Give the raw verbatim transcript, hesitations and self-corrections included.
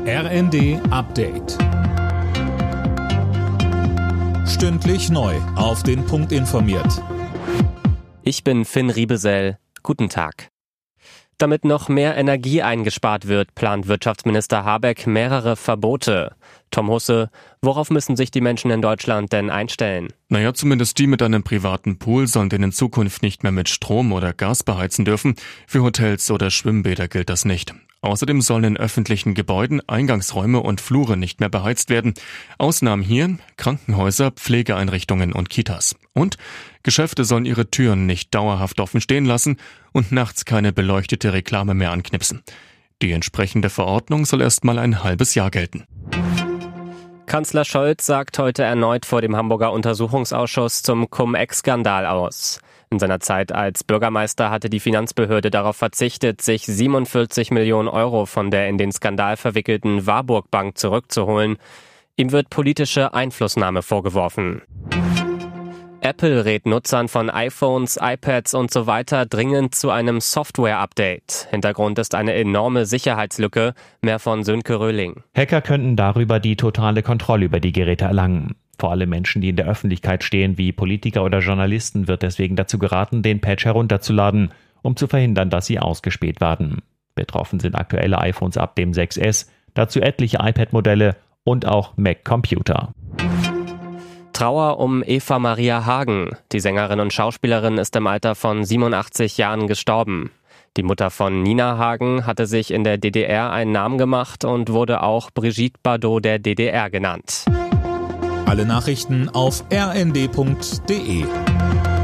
R N D Update. Stündlich neu auf den Punkt informiert. Ich bin Finn Riebesell. Guten Tag. Damit noch mehr Energie eingespart wird, plant Wirtschaftsminister Habeck mehrere Verbote. Tom Husse, worauf müssen sich die Menschen in Deutschland denn einstellen? Naja, zumindest die mit einem privaten Pool sollen den in Zukunft nicht mehr mit Strom oder Gas beheizen dürfen. Für Hotels oder Schwimmbäder gilt das nicht. Außerdem sollen in öffentlichen Gebäuden Eingangsräume und Flure nicht mehr beheizt werden. Ausnahmen hier Krankenhäuser, Pflegeeinrichtungen und Kitas. Und Geschäfte sollen ihre Türen nicht dauerhaft offen stehen lassen und nachts keine beleuchtete Reklame mehr anknipsen. Die entsprechende Verordnung soll erst mal ein halbes Jahr gelten. Kanzler Scholz sagt heute erneut vor dem Hamburger Untersuchungsausschuss zum Cum-Ex-Skandal aus. In seiner Zeit als Bürgermeister hatte die Finanzbehörde darauf verzichtet, sich siebenundvierzig Millionen Euro von der in den Skandal verwickelten Warburg Bank zurückzuholen. Ihm wird politische Einflussnahme vorgeworfen. Apple rät Nutzern von iPhones, iPads und so weiter dringend zu einem Software-Update. Hintergrund ist eine enorme Sicherheitslücke. Mehr von Sönke Röhling. Hacker könnten darüber die totale Kontrolle über die Geräte erlangen. Vor allem Menschen, die in der Öffentlichkeit stehen, wie Politiker oder Journalisten, wird deswegen dazu geraten, den Patch herunterzuladen, um zu verhindern, dass sie ausgespäht werden. Betroffen sind aktuelle iPhones ab dem sechs S, dazu etliche iPad-Modelle und auch Mac-Computer. Trauer um Eva Maria Hagen. Die Sängerin und Schauspielerin ist im Alter von siebenundachtzig Jahren gestorben. Die Mutter von Nina Hagen hatte sich in der D D R einen Namen gemacht und wurde auch Brigitte Bardot der D D R genannt. Alle Nachrichten auf r n d punkt d e.